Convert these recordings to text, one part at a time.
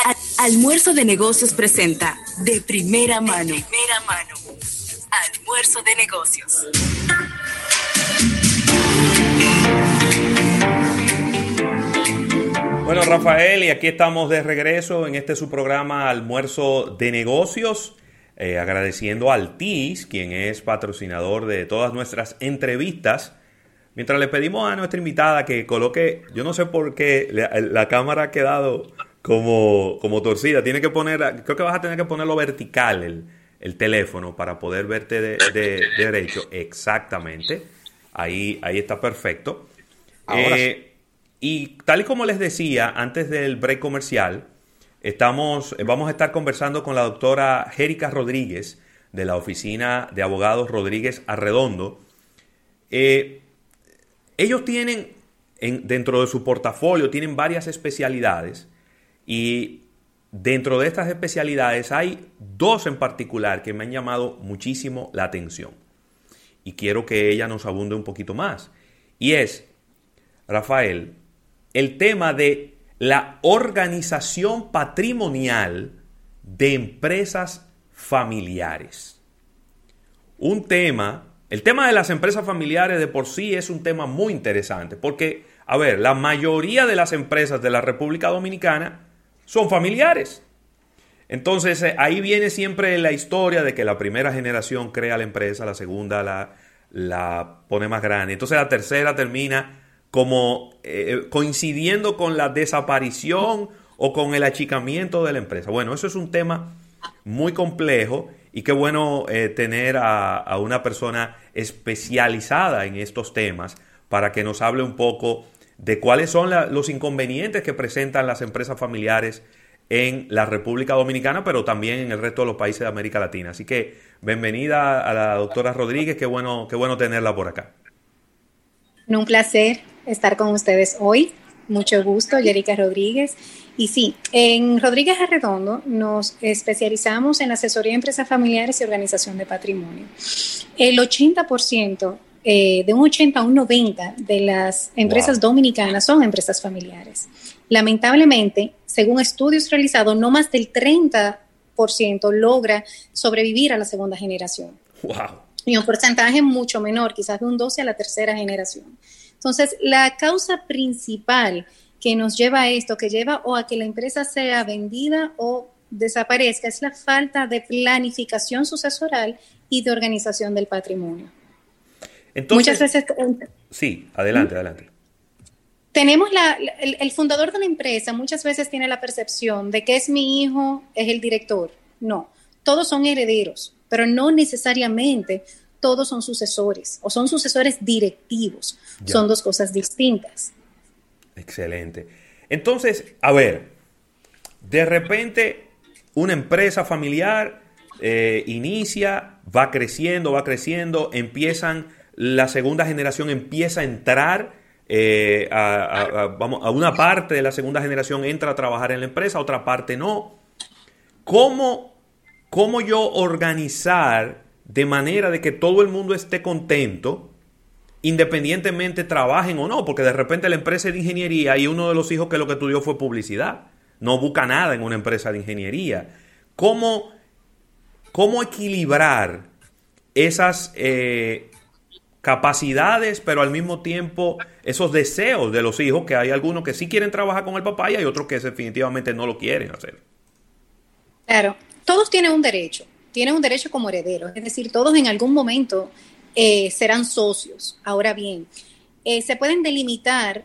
Almuerzo de Negocios presenta De Primera Mano. Almuerzo de Negocios. Bueno, Rafael, y aquí estamos de regreso en su programa Almuerzo de Negocios, agradeciendo a Altiz, quien es patrocinador de todas nuestras entrevistas. Mientras le pedimos a nuestra invitada que coloque, yo no sé por qué la cámara ha quedado como torcida. Tiene que poner, creo que vas a tener que ponerlo vertical el teléfono para poder verte de derecho. Exactamente. Ahí está perfecto. Ahora sí. Y tal y como les decía antes del break comercial, vamos a estar conversando con la doctora Jérica Rodríguez de la oficina de abogados Rodríguez Arredondo. Ellos tienen, dentro de su portafolio, tienen varias especialidades y dentro de estas especialidades hay dos en particular que me han llamado muchísimo la atención y quiero que ella nos abunde un poquito más. Y es, Rafael, el tema de la organización patrimonial de empresas familiares. El tema de las empresas familiares de por sí es un tema muy interesante porque, a ver, la mayoría de las empresas de la República Dominicana son familiares. Entonces, ahí viene siempre la historia de que la primera generación crea la empresa, la segunda la pone más grande. Entonces, la tercera termina como coincidiendo con la desaparición o con el achicamiento de la empresa. Bueno, eso es un tema muy complejo y qué bueno tener a una persona especializada en estos temas para que nos hable un poco de cuáles son los inconvenientes que presentan las empresas familiares en la República Dominicana, pero también en el resto de los países de América Latina. Así que bienvenida a la doctora Rodríguez, qué bueno tenerla por acá. Un placer estar con ustedes hoy. Mucho gusto, Jérica Rodríguez. Y sí, en Rodríguez Arredondo nos especializamos en asesoría de empresas familiares y organización de patrimonio. El 80%, de un 80 a un 90 de las empresas dominicanas son empresas familiares. Lamentablemente, según estudios realizados, no más del 30% logra sobrevivir a la segunda generación. ¡Wow! Y un porcentaje mucho menor, quizás de un 12 a la tercera generación. Entonces, la causa principal que nos lleva a esto, que lleva o a que la empresa sea vendida o desaparezca, es la falta de planificación sucesoral y de organización del patrimonio. Entonces, muchas veces... Sí, adelante. Tenemos el fundador de la empresa muchas veces tiene la percepción de que es mi hijo, es el director. No, todos son herederos, pero no necesariamente todos son sucesores o son sucesores directivos. Ya. Son dos cosas distintas. Excelente. Entonces, a ver, de repente una empresa familiar inicia, va creciendo, la segunda generación empieza a entrar, a una parte de la segunda generación entra a trabajar en la empresa, otra parte no. ¿Cómo yo organizar de manera de que todo el mundo esté contento, independientemente trabajen o no? Porque de repente la empresa es de ingeniería y uno de los hijos que lo que estudió fue publicidad. No busca nada en una empresa de ingeniería. ¿Cómo equilibrar esas capacidades, pero al mismo tiempo esos deseos de los hijos, que hay algunos que sí quieren trabajar con el papá y hay otros que definitivamente no lo quieren hacer? Claro, todos tienen un derecho como herederos, es decir, todos en algún momento serán socios. Ahora bien, se pueden delimitar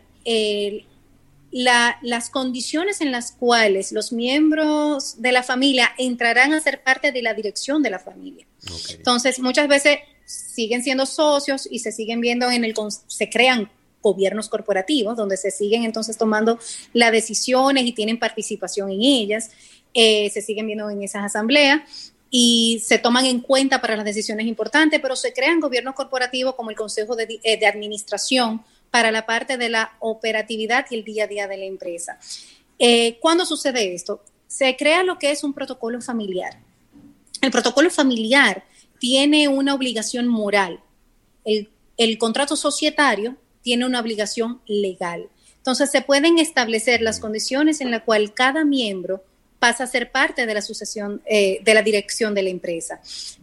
las condiciones en las cuales los miembros de la familia entrarán a ser parte de la dirección de la familia. Okay. Entonces, muchas veces siguen siendo socios y se siguen viendo se crean gobiernos corporativos donde se siguen entonces tomando las decisiones y tienen participación en ellas, se siguen viendo en esas asambleas y se toman en cuenta para las decisiones importantes, pero se crean gobiernos corporativos como el Consejo de Administración para la parte de la operatividad y el día a día de la empresa. ¿Cuándo sucede esto? Se crea lo que es un protocolo familiar. El protocolo familiar tiene una obligación moral. El contrato societario tiene una obligación legal. Entonces, se pueden establecer las condiciones en las cuales cada miembro pasa a ser parte de la sucesión, de la dirección de la empresa.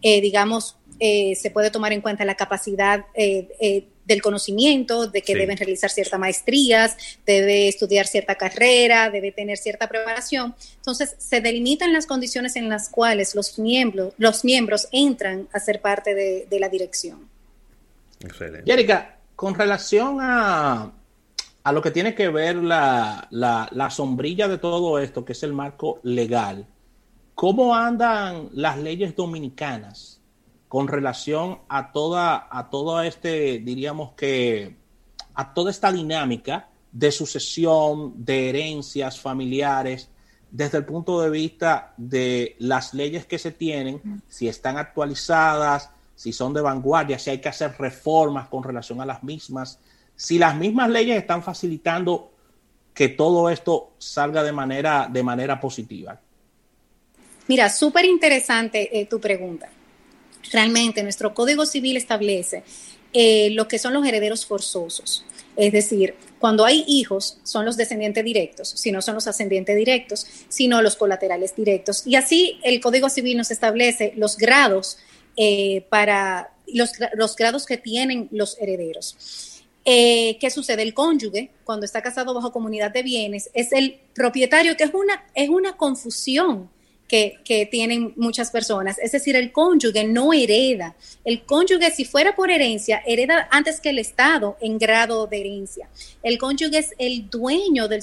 Se puede tomar en cuenta la capacidad del conocimiento, de que deben realizar ciertas maestrías, debe estudiar cierta carrera, debe tener cierta preparación. Entonces, se delimitan las condiciones en las cuales los miembros entran a ser parte de la dirección. Excelente. Yérica, con relación a lo que tiene que ver la sombrilla de todo esto, que es el marco legal, ¿cómo andan las leyes dominicanas con relación a toda diríamos que, a toda esta dinámica de sucesión, de herencias familiares, desde el punto de vista de las leyes que se tienen, si están actualizadas, si son de vanguardia, si hay que hacer reformas con relación a las mismas, si las mismas leyes están facilitando que todo esto salga de manera positiva? Mira, súper interesante tu pregunta. Realmente nuestro Código Civil establece lo que son los herederos forzosos. Es decir, cuando hay hijos, son los descendientes directos, si no son los ascendientes directos, sino los colaterales directos. Y así el Código Civil nos establece los grados para los grados que tienen los herederos. ¿Qué sucede? El cónyuge, cuando está casado bajo comunidad de bienes, es el propietario, que es una confusión que tienen muchas personas. Es decir, el cónyuge no hereda. El cónyuge, si fuera por herencia, hereda antes que el Estado en grado de herencia. El cónyuge es el dueño del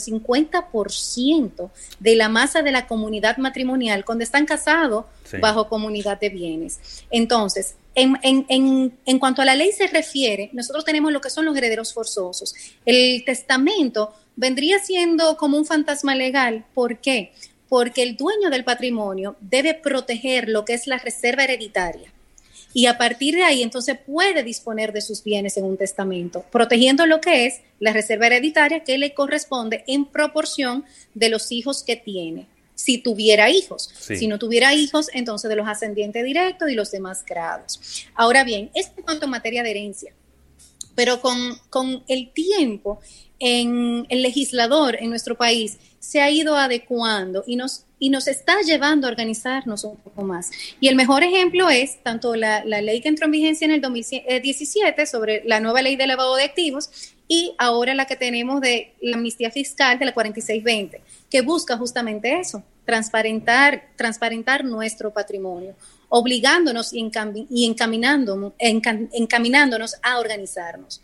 50% de la masa de la comunidad matrimonial cuando están casados bajo comunidad de bienes. Entonces, en cuanto a la ley se refiere, nosotros tenemos lo que son los herederos forzosos. El testamento vendría siendo como un fantasma legal. ¿Por qué? Porque el dueño del patrimonio debe proteger lo que es la reserva hereditaria y a partir de ahí entonces puede disponer de sus bienes en un testamento, protegiendo lo que es la reserva hereditaria que le corresponde en proporción de los hijos que tiene. Si tuviera hijos, si no tuviera hijos, entonces de los ascendientes directos y los demás grados. Ahora bien, esto en cuanto a materia de herencia, pero con el tiempo, el legislador en nuestro país se ha ido adecuando y nos está llevando a organizarnos un poco más. Y el mejor ejemplo es tanto la ley que entró en vigencia en el 2017 sobre la nueva ley de lavado de activos y ahora la que tenemos de la amnistía fiscal de la 4620, que busca justamente eso, transparentar nuestro patrimonio, obligándonos y encaminándonos a organizarnos.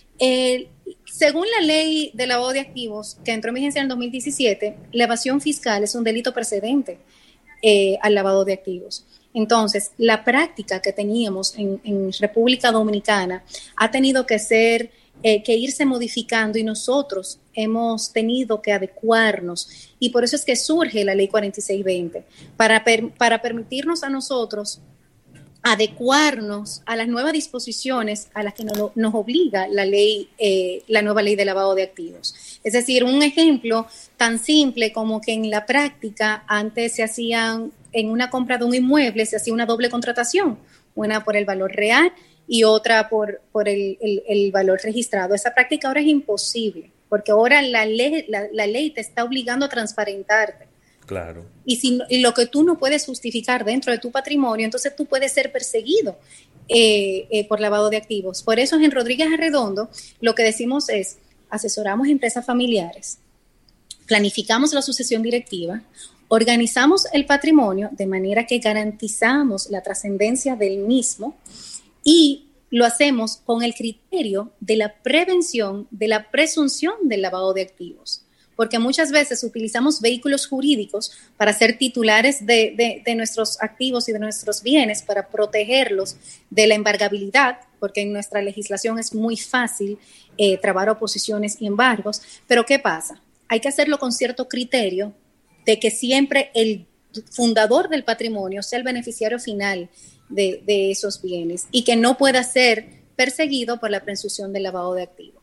Según la ley de lavado de activos que entró en vigencia en el 2017, la evasión fiscal es un delito precedente al lavado de activos. Entonces, la práctica que teníamos en República Dominicana ha tenido que irse modificando y nosotros hemos tenido que adecuarnos y por eso es que surge la ley 4620 para permitirnos a nosotros adecuarnos a las nuevas disposiciones a las que nos obliga la nueva ley de lavado de activos. Es decir, un ejemplo tan simple como que en la práctica antes se hacían, en una compra de un inmueble se hacía una doble contratación, una por el valor real y otra por el valor registrado. Esa práctica ahora es imposible, porque ahora la ley te está obligando a transparentarte. Claro. Y lo que tú no puedes justificar dentro de tu patrimonio, entonces tú puedes ser perseguido por lavado de activos. Por eso en Rodríguez Arredondo lo que decimos es, asesoramos empresas familiares, planificamos la sucesión directiva, organizamos el patrimonio de manera que garantizamos la trascendencia del mismo y lo hacemos con el criterio de la prevención de la presunción del lavado de activos. Porque muchas veces utilizamos vehículos jurídicos para ser titulares de nuestros activos y de nuestros bienes, para protegerlos de la embargabilidad, porque en nuestra legislación es muy fácil trabar oposiciones y embargos. Pero ¿qué pasa? Hay que hacerlo con cierto criterio de que siempre el fundador del patrimonio sea el beneficiario final de esos bienes y que no pueda ser perseguido por la presunción del lavado de activos.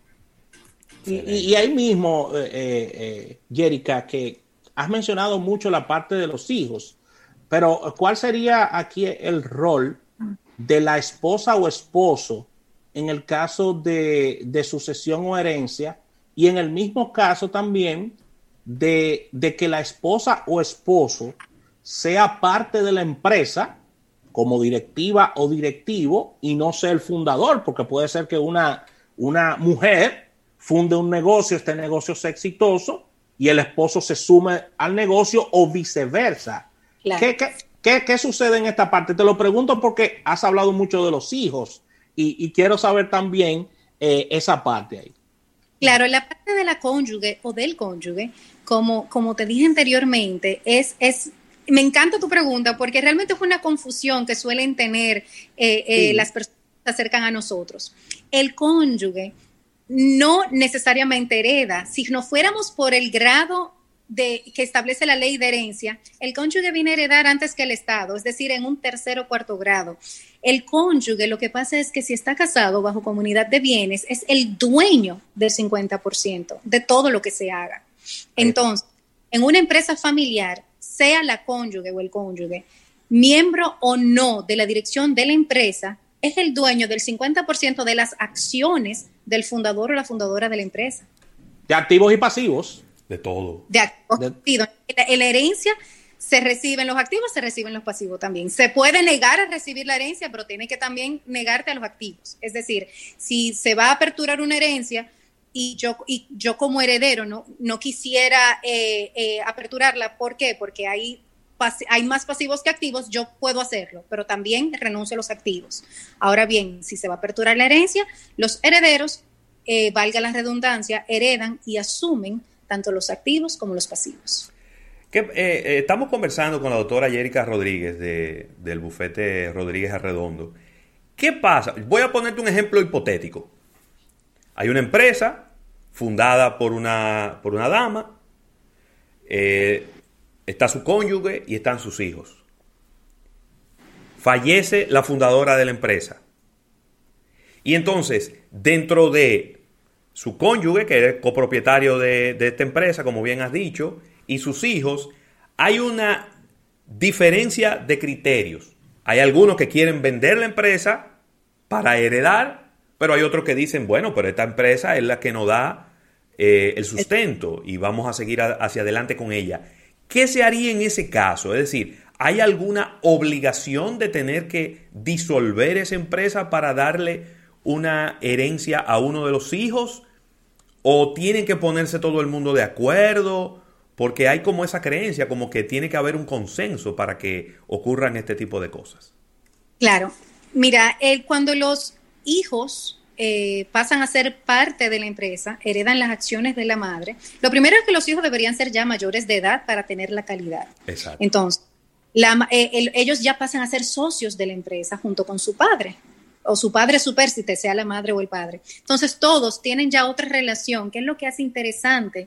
Y ahí mismo, Yérica, que has mencionado mucho la parte de los hijos, pero ¿cuál sería aquí el rol de la esposa o esposo en el caso de sucesión o herencia? Y en el mismo caso también de que la esposa o esposo sea parte de la empresa como directiva o directivo y no sea el fundador, porque puede ser que una mujer funde un negocio, este negocio sea exitoso y el esposo se sume al negocio o viceversa. Claro. ¿Qué sucede en esta parte? Te lo pregunto porque has hablado mucho de los hijos y quiero saber también esa parte ahí. Claro, la parte de la cónyuge o del cónyuge, como te dije anteriormente, me encanta tu pregunta porque realmente es una confusión que suelen tener las personas que se acercan a nosotros. El cónyuge no necesariamente hereda. Si no fuéramos por el grado que establece la ley de herencia, el cónyuge viene a heredar antes que el Estado, es decir, en un tercer o cuarto grado. El cónyuge, lo que pasa es que si está casado bajo comunidad de bienes, es el dueño del 50% de todo lo que se haga. Entonces, en una empresa familiar, sea la cónyuge o el cónyuge, miembro o no de la dirección de la empresa, es el dueño del 50% de las acciones del fundador o la fundadora de la empresa. De activos y pasivos. De todo. De activos. En la herencia se reciben los activos, se reciben los pasivos también. Se puede negar a recibir la herencia, pero tiene que también negarte a los activos. Es decir, si se va a aperturar una herencia y yo como heredero no quisiera aperturarla, ¿por qué? Porque hay más pasivos que activos, yo puedo hacerlo, pero también renuncio a los activos. Ahora bien, si se va a aperturar la herencia, los herederos, valga la redundancia, heredan y asumen tanto los activos como los pasivos. Estamos conversando con la doctora Yérica Rodríguez del bufete Rodríguez Arredondo. ¿Qué pasa? Voy a ponerte un ejemplo hipotético. Hay una empresa fundada por una dama, está su cónyuge y están sus hijos. Fallece la fundadora de la empresa. Y entonces, dentro de su cónyuge, que es copropietario de esta empresa, como bien has dicho, y sus hijos, hay una diferencia de criterios. Hay algunos que quieren vender la empresa para heredar, pero hay otros que dicen, bueno, pero esta empresa es la que nos da el sustento y vamos a seguir hacia adelante con ella. ¿Qué se haría en ese caso? Es decir, ¿hay alguna obligación de tener que disolver esa empresa para darle una herencia a uno de los hijos? ¿O tienen que ponerse todo el mundo de acuerdo? Porque hay como esa creencia, como que tiene que haber un consenso para que ocurran este tipo de cosas. Claro. Mira, cuando los hijos pasan a ser parte de la empresa, heredan las acciones de la madre, lo primero es que los hijos deberían ser ya mayores de edad para tener la calidad. Exacto. Entonces, ellos ya pasan a ser socios de la empresa junto con su padre, o su padre super, si te sea la madre o el padre. Entonces, todos tienen ya otra relación, que es lo que hace interesante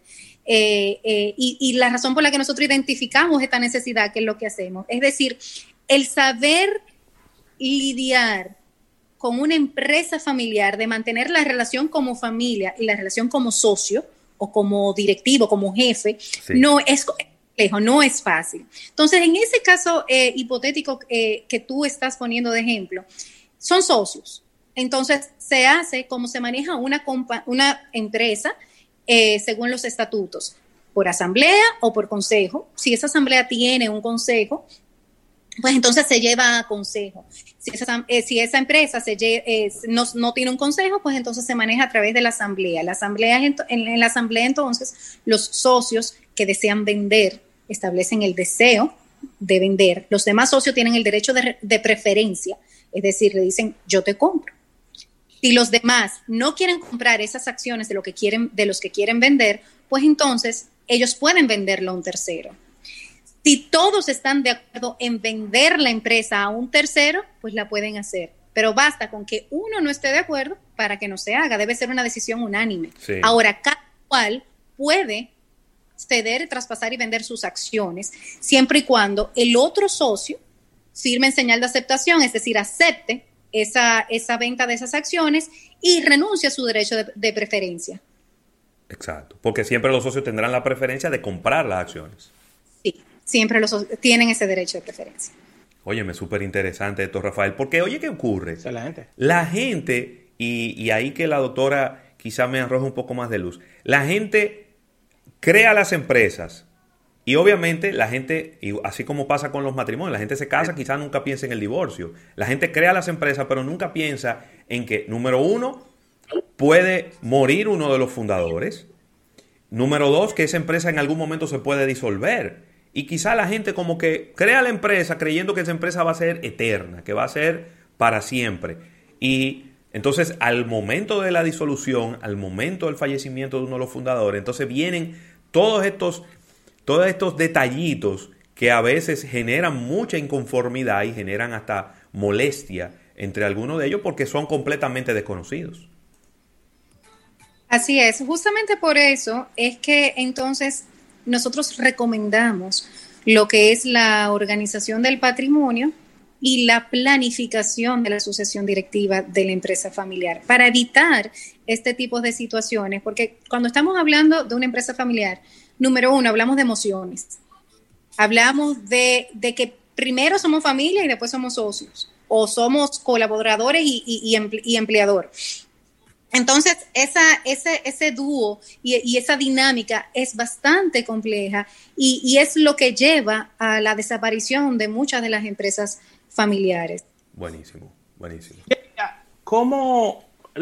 y la razón por la que nosotros identificamos esta necesidad, que es lo que hacemos. Es decir, el saber lidiar con una empresa familiar, de mantener la relación como familia y la relación como socio o como directivo, como jefe, sí, no es complejo, no es fácil. Entonces, en ese caso hipotético que tú estás poniendo de ejemplo, son socios. Entonces, se hace como se maneja una empresa según los estatutos, por asamblea o por consejo. Si esa asamblea tiene un consejo, pues entonces se lleva a consejo. Si esa empresa no tiene un consejo, pues entonces se maneja a través de la asamblea. En la asamblea, entonces, los socios que desean vender establecen el deseo de vender. Los demás socios tienen el derecho de preferencia, es decir, le dicen, yo te compro. Si los demás no quieren comprar esas acciones de los que quieren vender, pues entonces ellos pueden venderlo a un tercero. Si todos están de acuerdo en vender la empresa a un tercero, pues la pueden hacer. Pero basta con que uno no esté de acuerdo para que no se haga. Debe ser una decisión unánime. Sí. Ahora, cada cual puede ceder, traspasar y vender sus acciones, siempre y cuando el otro socio firme en señal de aceptación, es decir, acepte esa venta de esas acciones y renuncie a su derecho de preferencia. Exacto, porque siempre los socios tendrán la preferencia de comprar las acciones. Sí, siempre los socios tienen ese derecho de preferencia. Óyeme, súper interesante esto, Rafael, porque oye, ¿qué ocurre? La gente, y ahí que la doctora quizá me arroja un poco más de luz, la gente crea las empresas. Y obviamente la gente, y así como pasa con los matrimonios, la gente se casa, quizás nunca piensa en el divorcio. La gente crea las empresas, pero nunca piensa en que, número uno, puede morir uno de los fundadores. Número dos, que esa empresa en algún momento se puede disolver. Y quizá la gente como que crea la empresa creyendo que esa empresa va a ser eterna, que va a ser para siempre. Y entonces al momento de la disolución, al momento del fallecimiento de uno de los fundadores, entonces vienen todos estos detallitos que a veces generan mucha inconformidad y generan hasta molestia entre algunos de ellos porque son completamente desconocidos. Así es, justamente por eso es que entonces nosotros recomendamos lo que es la organización del patrimonio y la planificación de la sucesión directiva de la empresa familiar para evitar este tipo de situaciones, porque cuando estamos hablando de una empresa familiar, número uno, hablamos de emociones, hablamos de que primero somos familia y después somos socios, o somos colaboradores y empleador. Entonces, ese dúo y esa dinámica es bastante compleja y es lo que lleva a la desaparición de muchas de las empresas familiares. Buenísimo, buenísimo. ¿Cómo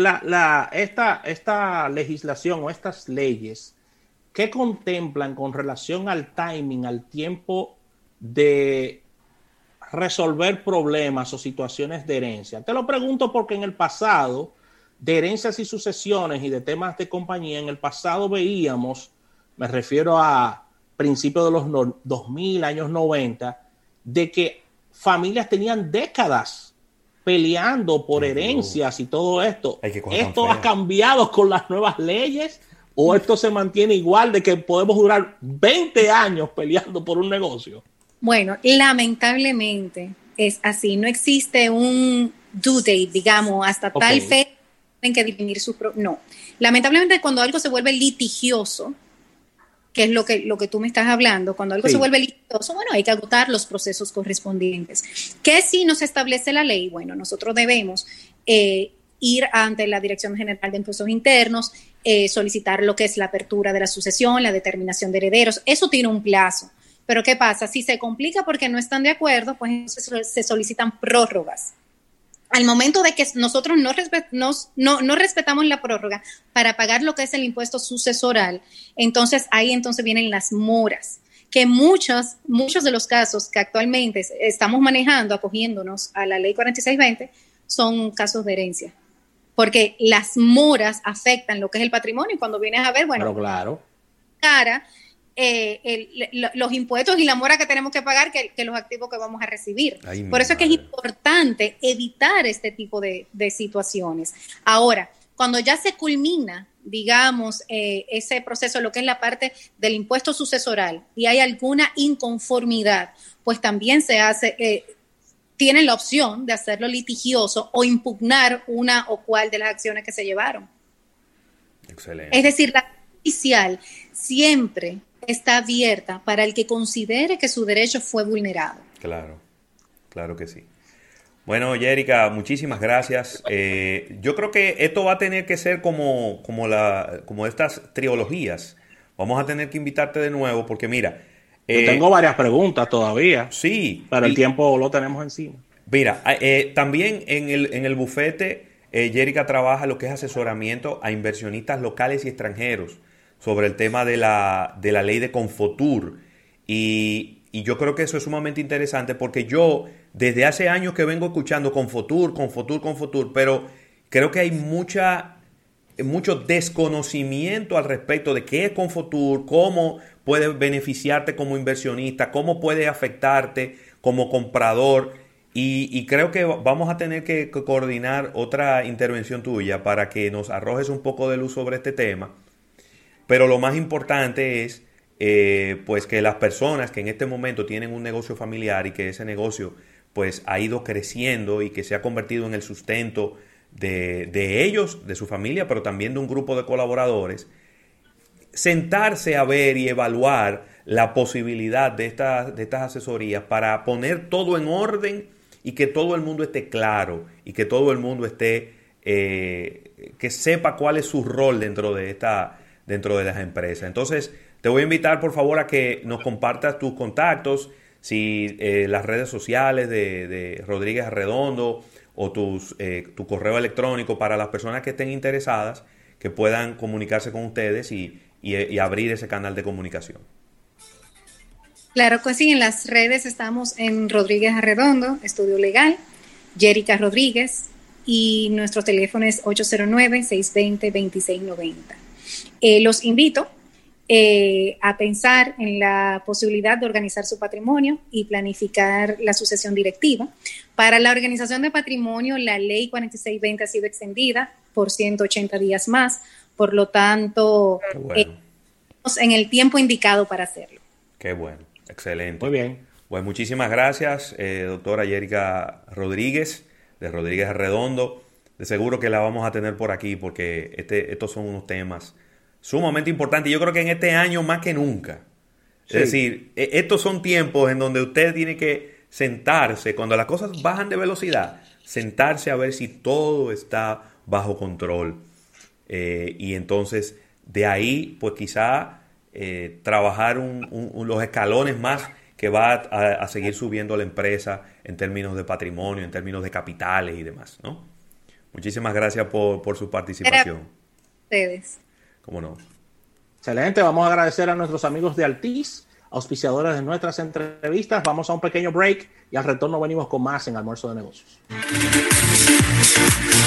esta legislación o estas leyes, qué contemplan con relación al timing, al tiempo de resolver problemas o situaciones de herencia? Te lo pregunto porque en el pasado, de herencias y sucesiones y de temas de compañía, en el pasado veíamos, me refiero a principios de los 2000, años 90, de que familias tenían décadas peleando por herencias y todo esto. ¿Esto ha cambiado con las nuevas leyes o esto se mantiene igual de que podemos durar 20 años peleando por un negocio? Bueno, lamentablemente es así. No existe un due date, digamos, hasta tal fecha en que dirimir no. Lamentablemente cuando algo se vuelve litigioso, que es lo que tú me estás hablando, cuando algo se vuelve litigioso, bueno, hay que agotar los procesos correspondientes. ¿Qué si nos establece la ley? Bueno, nosotros debemos ir ante la Dirección General de Impuestos Internos, solicitar lo que es la apertura de la sucesión, la determinación de herederos. Eso tiene un plazo. Pero ¿qué pasa? Si se complica porque no están de acuerdo, pues entonces se solicitan prórrogas. Al momento de que nosotros no respetamos la prórroga para pagar lo que es el impuesto sucesoral, entonces ahí vienen las moras, que muchos de los casos que actualmente estamos manejando, acogiéndonos a la ley 4620, son casos de herencia, porque las moras afectan lo que es el patrimonio y cuando vienes a ver, bueno, claro, los impuestos y la mora que tenemos que pagar que los activos que vamos a recibir. Por eso es que es importante evitar este tipo de situaciones. Ahora, cuando ya se culmina, digamos, ese proceso, lo que es la parte del impuesto sucesoral, y hay alguna inconformidad, pues también se hace, tienen la opción de hacerlo litigioso o impugnar una o cual de las acciones que se llevaron. Excelente. Es decir, la judicial siempre está abierta para el que considere que su derecho fue vulnerado. Claro, claro que sí. Bueno, Yérica, muchísimas gracias. Yo creo que esto va a tener que ser como estas trilogías. Vamos a tener que invitarte de nuevo porque mira... Yo tengo varias preguntas todavía. Sí. Pero el tiempo lo tenemos encima. Mira, también en el bufete, Yérica trabaja lo que es asesoramiento a inversionistas locales y extranjeros sobre el tema de la ley de Confotur. Y yo creo que eso es sumamente interesante porque yo desde hace años que vengo escuchando Confotur, pero creo que hay mucho desconocimiento al respecto de qué es Confotur, cómo puede beneficiarte como inversionista, cómo puede afectarte como comprador. Y creo que vamos a tener que coordinar otra intervención tuya para que nos arrojes un poco de luz sobre este tema. Pero lo más importante es pues que las personas que en este momento tienen un negocio familiar y que ese negocio pues ha ido creciendo y que se ha convertido en el sustento de ellos, de su familia, pero también de un grupo de colaboradores, sentarse a ver y evaluar la posibilidad de estas asesorías para poner todo en orden y que todo el mundo esté claro y que todo el mundo esté que sepa cuál es su rol dentro de las empresas. Entonces, Te voy a invitar, por favor, a que nos compartas tus contactos, si las redes sociales de Rodríguez Arredondo o tu correo electrónico para las personas que estén interesadas, que puedan comunicarse con ustedes y abrir ese canal de comunicación. Claro que sí, en las redes estamos en Rodríguez Arredondo, Estudio Legal, Yérica Rodríguez, y nuestro teléfono es 809-620-2690. Los invito a pensar en la posibilidad de organizar su patrimonio y planificar la sucesión directiva. Para la organización de patrimonio, la ley 4620 ha sido extendida por 180 días más, por lo tanto, estamos en el tiempo indicado para hacerlo. Qué bueno, excelente. Muy bien. Pues muchísimas gracias, doctora Yérica Rodríguez, de Rodríguez Arredondo. De seguro que la vamos a tener por aquí porque estos son unos temas sumamente importantes. Yo creo que en este año más que nunca. Sí. Es decir, estos son tiempos en donde usted tiene que sentarse, cuando las cosas bajan de velocidad, sentarse a ver si todo está bajo control. Y entonces, de ahí, pues quizá trabajar los escalones más que va a seguir subiendo la empresa en términos de patrimonio, en términos de capitales y demás, ¿no? Muchísimas gracias por su participación. Ustedes. ¿Cómo no? Excelente, vamos a agradecer a nuestros amigos de Altiz, auspiciadores de nuestras entrevistas. Vamos a un pequeño break y al retorno venimos con más en Almuerzo de Negocios.